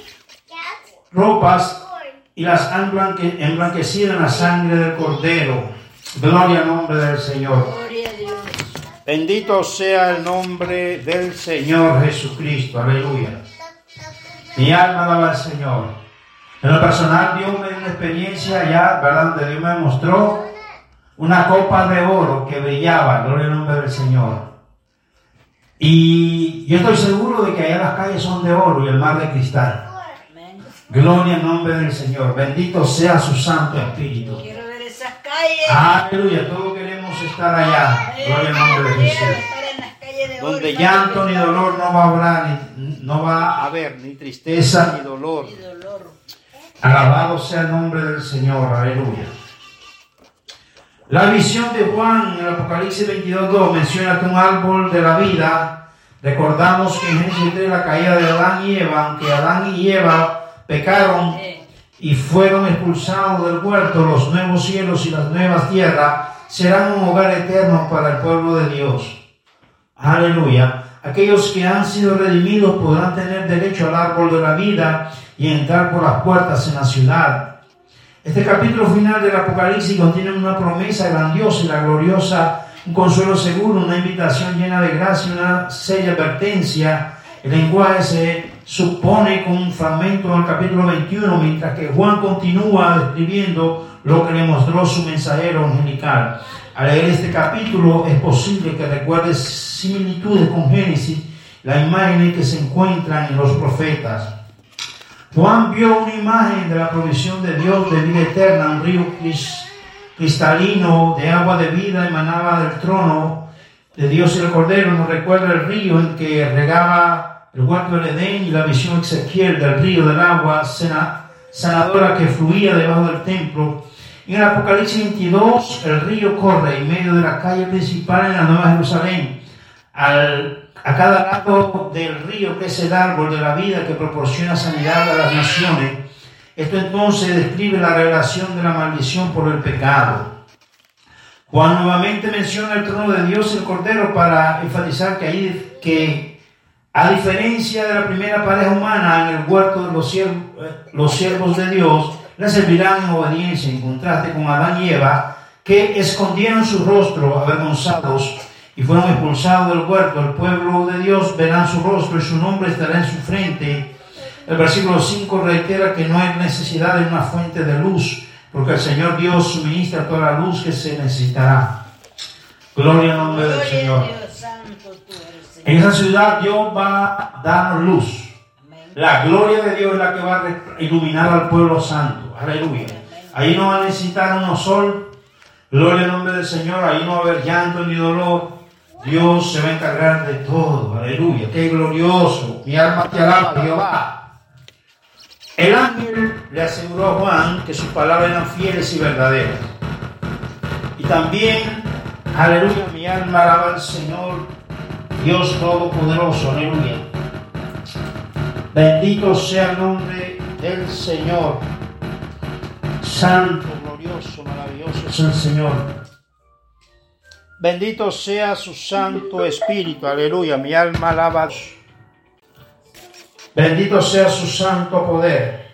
ropas y las han emblanquecido en la sangre del Cordero. Gloria al nombre del Señor. Gloria a Dios. Bendito sea el nombre del Señor Jesucristo. Aleluya. Mi alma alaba al Señor. En lo personal, Dios me dio una experiencia allá, ¿verdad?, donde Dios me mostró una copa de oro que brillaba. Gloria al nombre del Señor. Y yo estoy seguro de que allá las calles son de oro y el mar de cristal. Gloria al nombre del Señor. Bendito sea su Santo Espíritu. Quiero ver esas calles. Aleluya. Todos queremos estar allá. Gloria al nombre de Jesús. Donde llanto ni dolor no va a haber, ni, no va a haber ni tristeza ni dolor. Alabado sea el nombre del Señor. Aleluya. La visión de Juan en el Apocalipsis veintidós dos menciona que un árbol de la vida Recordamos que en Génesis tres la caída de Adán y Eva, aunque Adán y Eva pecaron y fueron expulsados del huerto, los nuevos cielos y las nuevas tierras serán un hogar eterno para el pueblo de Dios. Aleluya. Aquellos que han sido redimidos podrán tener derecho al árbol de la vida y entrar por las puertas en la ciudad. Este capítulo final del Apocalipsis contiene una promesa grandiosa y la gloriosa, un consuelo seguro, una invitación llena de gracia, una seria advertencia. El lenguaje se supone con un fragmento del capítulo veintiuno, mientras que Juan continúa describiendo lo que le mostró su mensajero angelical. Al leer este capítulo es posible que recuerdes similitudes con Génesis, las imágenes que se encuentran en los profetas. Juan vio una imagen de la provisión de Dios de vida eterna, un río cristalino de agua de vida emanaba del trono de Dios y el Cordero. Nos recuerda el río en que regaba el huerto del Edén y la visión Ezequiel del río del agua sanadora que fluía debajo del templo. En el Apocalipsis veintidós, el río corre en medio de la calle principal en la Nueva Jerusalén. Al, a cada lado del río crece el árbol de la vida que proporciona sanidad a las naciones. Esto entonces describe la revelación de la maldición por el pecado. Juan nuevamente menciona el trono de Dios y el Cordero para enfatizar que, hay, que a diferencia de la primera pareja humana en el huerto de los siervos, los siervos de Dios, le servirán en obediencia, en contraste con Adán y Eva, que escondieron su rostro avergonzados y fueron expulsados del huerto. El pueblo de Dios verá su rostro y su nombre estará en su frente. El versículo cinco reitera que no hay necesidad de una fuente de luz, porque el Señor Dios suministra toda la luz que se necesitará. Gloria al nombre del Señor. En esa ciudad Dios va a darnos luz. La gloria de Dios es la que va a iluminar al pueblo santo. Aleluya. Ahí no va a necesitar uno sol. Gloria al nombre del Señor. Ahí no va a haber llanto ni dolor. Dios se va a encargar de todo. Aleluya. Qué glorioso. Mi alma te alaba, Jehová. El ángel le aseguró a Juan que sus palabras eran fieles y verdaderas. Y también, aleluya, mi alma alaba al Señor, Dios Todopoderoso. Aleluya. Bendito sea el nombre del Señor. Santo, glorioso, maravilloso es el Señor. Bendito sea su Santo Espíritu. Aleluya. Mi alma alaba a Dios. Bendito sea su santo poder.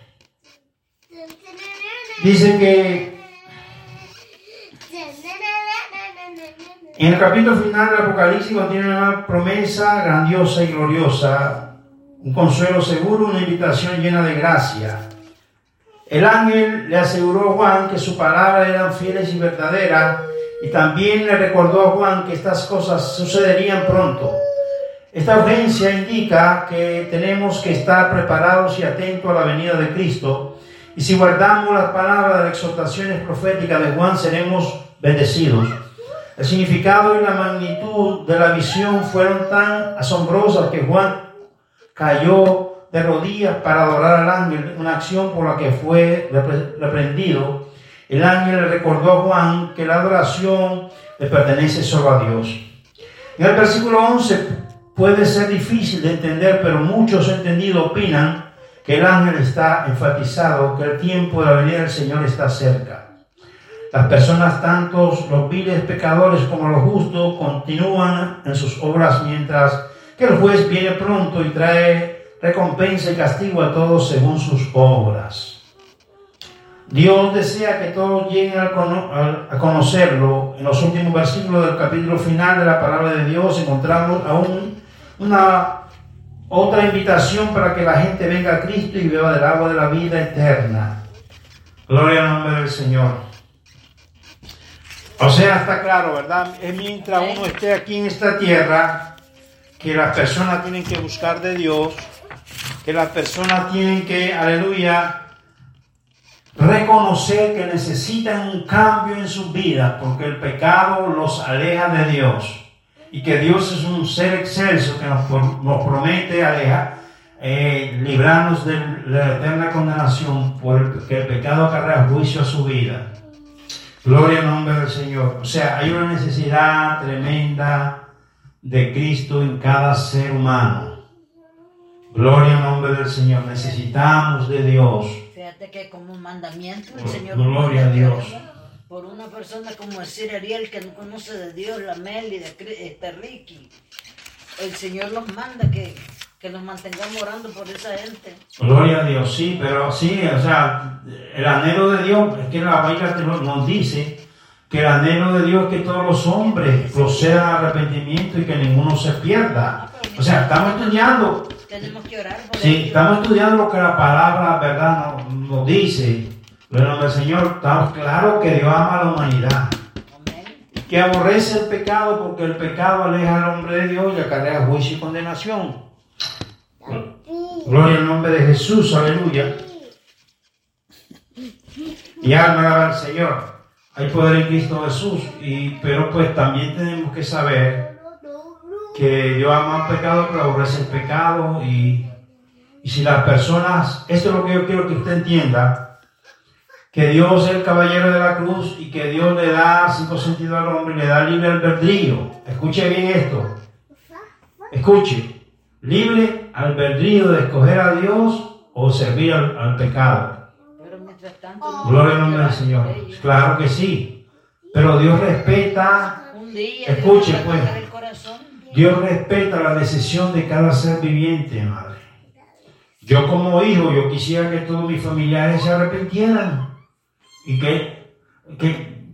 Dice que en el capítulo final del Apocalipsis contiene una promesa grandiosa y gloriosa, un consuelo seguro, una invitación llena de gracia. El ángel le aseguró a Juan que sus palabras eran fieles y verdaderas, y también le recordó a Juan que estas cosas sucederían pronto. Esta urgencia indica que tenemos que estar preparados y atentos a la venida de Cristo, y si guardamos las palabras de las exhortaciones proféticas de Juan, seremos bendecidos. El significado y la magnitud de la visión fueron tan asombrosas que Juan cayó de rodillas para adorar al ángel, una acción por la que fue reprendido. El ángel le recordó a Juan que la adoración le pertenece solo a Dios. En el versículo once puede ser difícil de entender, pero muchos entendidos opinan que el ángel está enfatizado, que el tiempo de la venida del Señor está cerca. Las personas, tanto los viles pecadores como los justos, continúan en sus obras mientras que el juez viene pronto y trae recompensa y castigo a todos según sus obras. Dios desea que todos lleguen a conocerlo. En los últimos versículos del capítulo final de la palabra de Dios encontramos aún una otra invitación para que la gente venga a Cristo y beba del agua de la vida eterna. Gloria al nombre del Señor. O sea, está claro, ¿verdad? Es mientras uno esté aquí en esta tierra que las personas tienen que buscar de Dios, que las personas tienen que, aleluya, reconocer que necesitan un cambio en sus vidas porque el pecado los aleja de Dios. Y que Dios es un ser excelso que nos, nos promete alejar, eh, librarnos de la eterna condenación porque el pecado acarrea juicio a su vida. Gloria al nombre del Señor. O sea, hay una necesidad tremenda de Cristo en cada ser humano. Gloria al nombre del Señor. Necesitamos de Dios. Fíjate que como un mandamiento el Oh, Señor... gloria a Dios. Por una persona como decir Ariel, que no conoce de Dios, la Meli, de este Ricky, el Señor los manda que, que los mantengamos orando por esa gente. Gloria a Dios, sí, pero sí, o sea, el anhelo de Dios, es que la Biblia nos dice que el anhelo de Dios es que todos los hombres procedan al arrepentimiento y que ninguno se pierda. O sea, estamos estudiando. Tenemos que orar por Sí, ellos. estamos estudiando lo que la palabra, ¿verdad?, nos, nos dice. Pero nombre del Señor, estamos claros que Dios ama a la humanidad. Amén. Que aborrece el pecado porque el pecado aleja al hombre de Dios y acarrea juicio y condenación. Gloria al nombre de Jesús, aleluya. Y alma alaba al Señor. Hay poder en Cristo Jesús, y, pero pues también tenemos que saber que Dios ama el pecado, pero aborrece el pecado. Y, y si las personas, esto es lo que yo quiero que usted entienda, que Dios es el caballero de la cruz y que Dios le da cinco sentidos al hombre y le da libre albedrío. Escuche bien esto. Escuche. Libre albedrío de escoger a Dios o servir al, al pecado. Pero mientras tanto... no Gloria al podemos nombre del orar Señor. por ellos. Claro que sí. Pero Dios respeta, Un día escuche, Dios nos va a pues. tocar el corazón. Dios respeta la decisión de cada ser viviente, madre. Yo como hijo, yo quisiera que todos mis familiares se arrepintieran. Y que, que,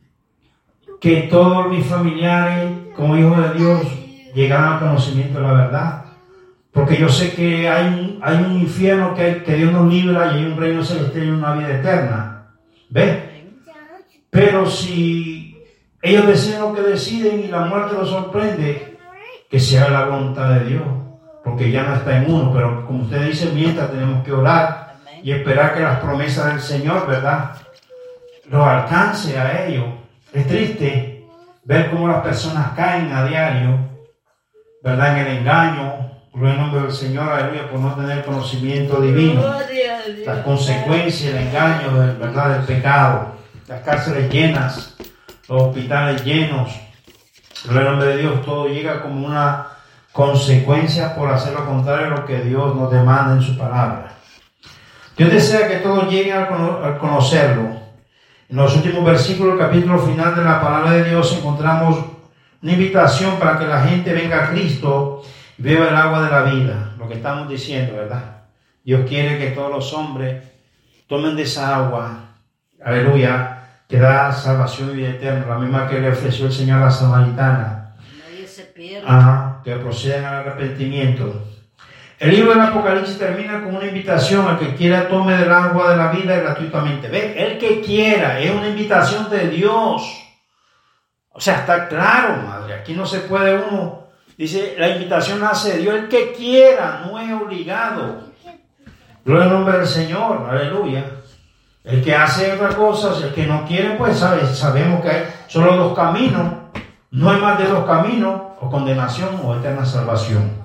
que todos mis familiares, como hijos de Dios, llegaran al conocimiento de la verdad. Porque yo sé que hay un, hay un infierno que, que Dios nos libra, y hay un reino celestial y una vida eterna. ¿Ves? Pero si ellos deciden lo que deciden y la muerte los sorprende, que sea la voluntad de Dios. Porque ya no está en uno. Pero como usted dice, mientras tenemos que orar y esperar que las promesas del Señor, ¿verdad?, los alcance a ellos. Es triste ver cómo las personas caen a diario, ¿verdad?, en el engaño, por el nombre del Señor, aleluya, por no tener conocimiento divino. Las consecuencias, el engaño, ¿verdad?, del pecado, las cárceles llenas, los hospitales llenos. Por el nombre de Dios, todo llega como una consecuencia por hacer lo contrario a lo que Dios nos demanda en su palabra. Dios desea que todos lleguen al conocerlo. En los últimos versículos, capítulo final de la palabra de Dios, encontramos una invitación para que la gente venga a Cristo y beba el agua de la vida. Lo que estamos diciendo, ¿verdad? Dios quiere que todos los hombres tomen de esa agua, aleluya, que da salvación y vida eterna, la misma que le ofreció el Señor a la samaritana. Nadie se pierde. Ajá, que procedan al arrepentimiento. El libro del Apocalipsis termina con una invitación al que quiera tome del agua de la vida gratuitamente. ¿Ve? El que quiera, es una invitación de Dios. O sea, está claro, madre. Aquí no se puede uno, dice, la invitación nace de Dios. El que quiera, no es obligado. Gloria al nombre del Señor, aleluya. El que hace otra cosa, el que no quiere, pues sabe, sabemos que hay solo dos caminos. No hay más de dos caminos, o condenación o eterna salvación.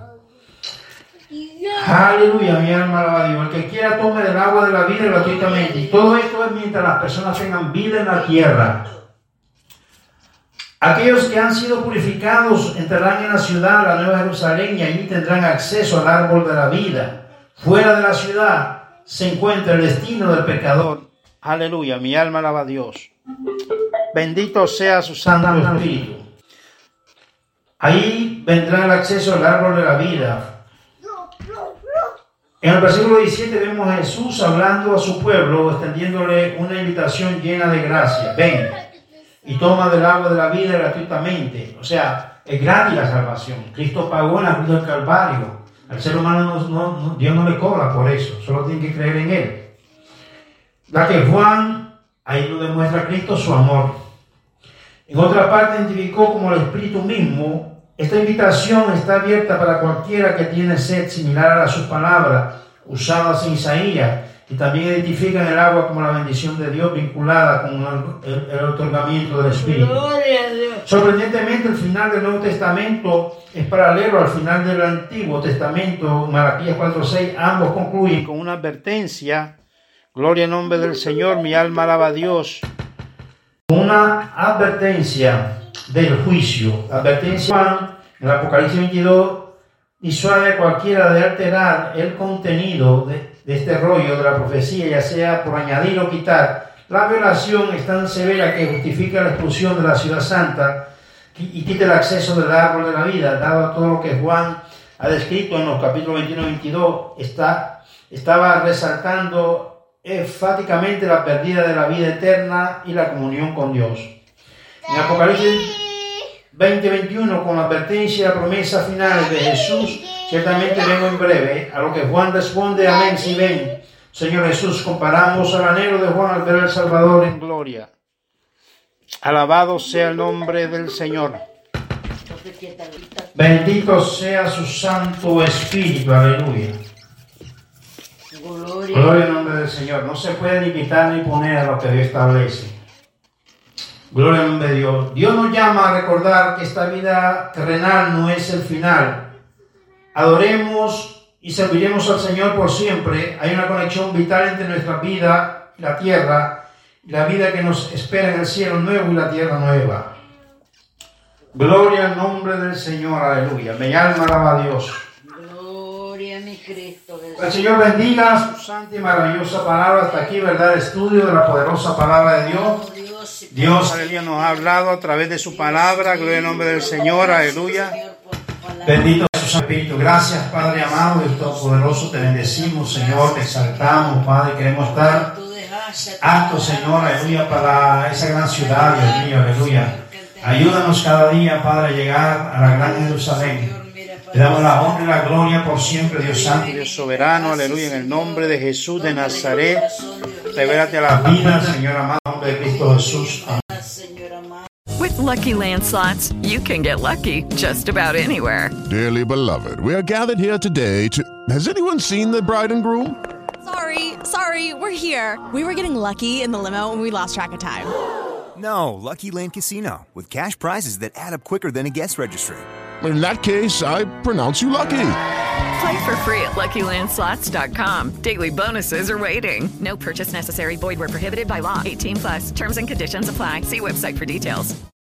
Aleluya, mi alma alaba a Dios. El que quiera tome del agua de la vida gratuitamente. Y todo esto es mientras las personas tengan vida en la tierra. Aquellos que han sido purificados entrarán en la ciudad, la Nueva Jerusalén, y allí tendrán acceso al árbol de la vida. Fuera de la ciudad se encuentra el destino del pecador. Aleluya, mi alma alaba a Dios. Bendito sea su Santo Espíritu. Ahí vendrá el acceso al árbol de la vida. En el versículo diecisiete vemos a Jesús hablando a su pueblo, extendiéndole una invitación llena de gracia. Ven y toma del agua de la vida gratuitamente. O sea, es gratis la salvación. Cristo pagó en la cruz del Calvario. Al ser humano no, no, no, Dios no le cobra por eso, solo tiene que creer en Él. La que Juan, ahí lo demuestra Cristo su amor. En otra parte identificó como el Espíritu mismo. Esta invitación está abierta para cualquiera que tiene sed, similar a sus palabras usadas en Isaías, y también identifican el agua como la bendición de Dios vinculada con el, el, el otorgamiento del Espíritu. Sorprendentemente, el final del Nuevo Testamento es paralelo al final del Antiguo Testamento. Malaquías cuatro seis, ambos concluyen con una advertencia. Gloria en nombre del Señor, mi alma alaba a Dios. Una advertencia del juicio. Advertencia. Juan El Apocalipsis veintidós disuade a cualquiera de alterar el contenido de, de este rollo de la profecía, ya sea por añadir o quitar. La violación es tan severa que justifica la expulsión de la ciudad santa y quita el acceso del árbol de la vida, dado a todo lo que Juan ha descrito en los capítulos veintiuno y veintidós. Está, estaba resaltando enfáticamente la pérdida de la vida eterna y la comunión con Dios. En Apocalipsis veinte veintiuno, con la advertencia y la promesa final de Jesús, ciertamente vengo en breve, a lo que Juan responde, amén, si ven. Señor Jesús, comparamos al anhelo de Juan al ver al Salvador en gloria. Alabado sea el nombre del Señor. Bendito sea su Santo Espíritu, aleluya. Gloria. Gloria al nombre del Señor. No se puede ni quitar ni poner a lo que Dios establece. Gloria al nombre de Dios. Dios nos llama a recordar que esta vida terrenal no es el final. Adoremos y serviremos al Señor por siempre. Hay una conexión vital entre nuestra vida y la tierra, y la vida que nos espera en el cielo nuevo y la tierra nueva. Gloria al nombre del Señor, aleluya. Mi alma alaba a Dios. Gloria a mi Cristo. El Señor bendiga su santa y maravillosa palabra. Hasta aquí, ¿verdad? El estudio de la poderosa palabra de Dios. Dios, aleluya, nos ha hablado a través de su palabra. Gloria al nombre del Señor, aleluya. Bendito sea su Espíritu. Gracias, Padre amado, Dios Todopoderoso. Te bendecimos, Señor. Te exaltamos, Padre. Queremos estar aptos, Señor, aleluya, para esa gran ciudad, Dios mío, aleluya. Ayúdanos cada día, Padre, a llegar a la gran Jerusalén. Te damos la honra y la gloria por siempre, Dios santo y Dios soberano, aleluya, en el nombre de Jesús de Nazaret. Revélate a las vidas, Señor amado, en el nombre de Cristo Jesús. Amén. With Lucky Land Slots, you can get lucky just about anywhere. Dearly beloved, we are gathered here today to... Has anyone seen the bride and groom? Sorry, sorry, we're here. We were getting lucky in the limo and we lost track of time. No, Lucky Land Casino, with cash prizes that add up quicker than a guest registry. In that case, I pronounce you lucky. Play for free at Lucky Land Slots dot com. Daily bonuses are waiting. No purchase necessary. Void where prohibited by law. eighteen plus. Terms and conditions apply. See website for details.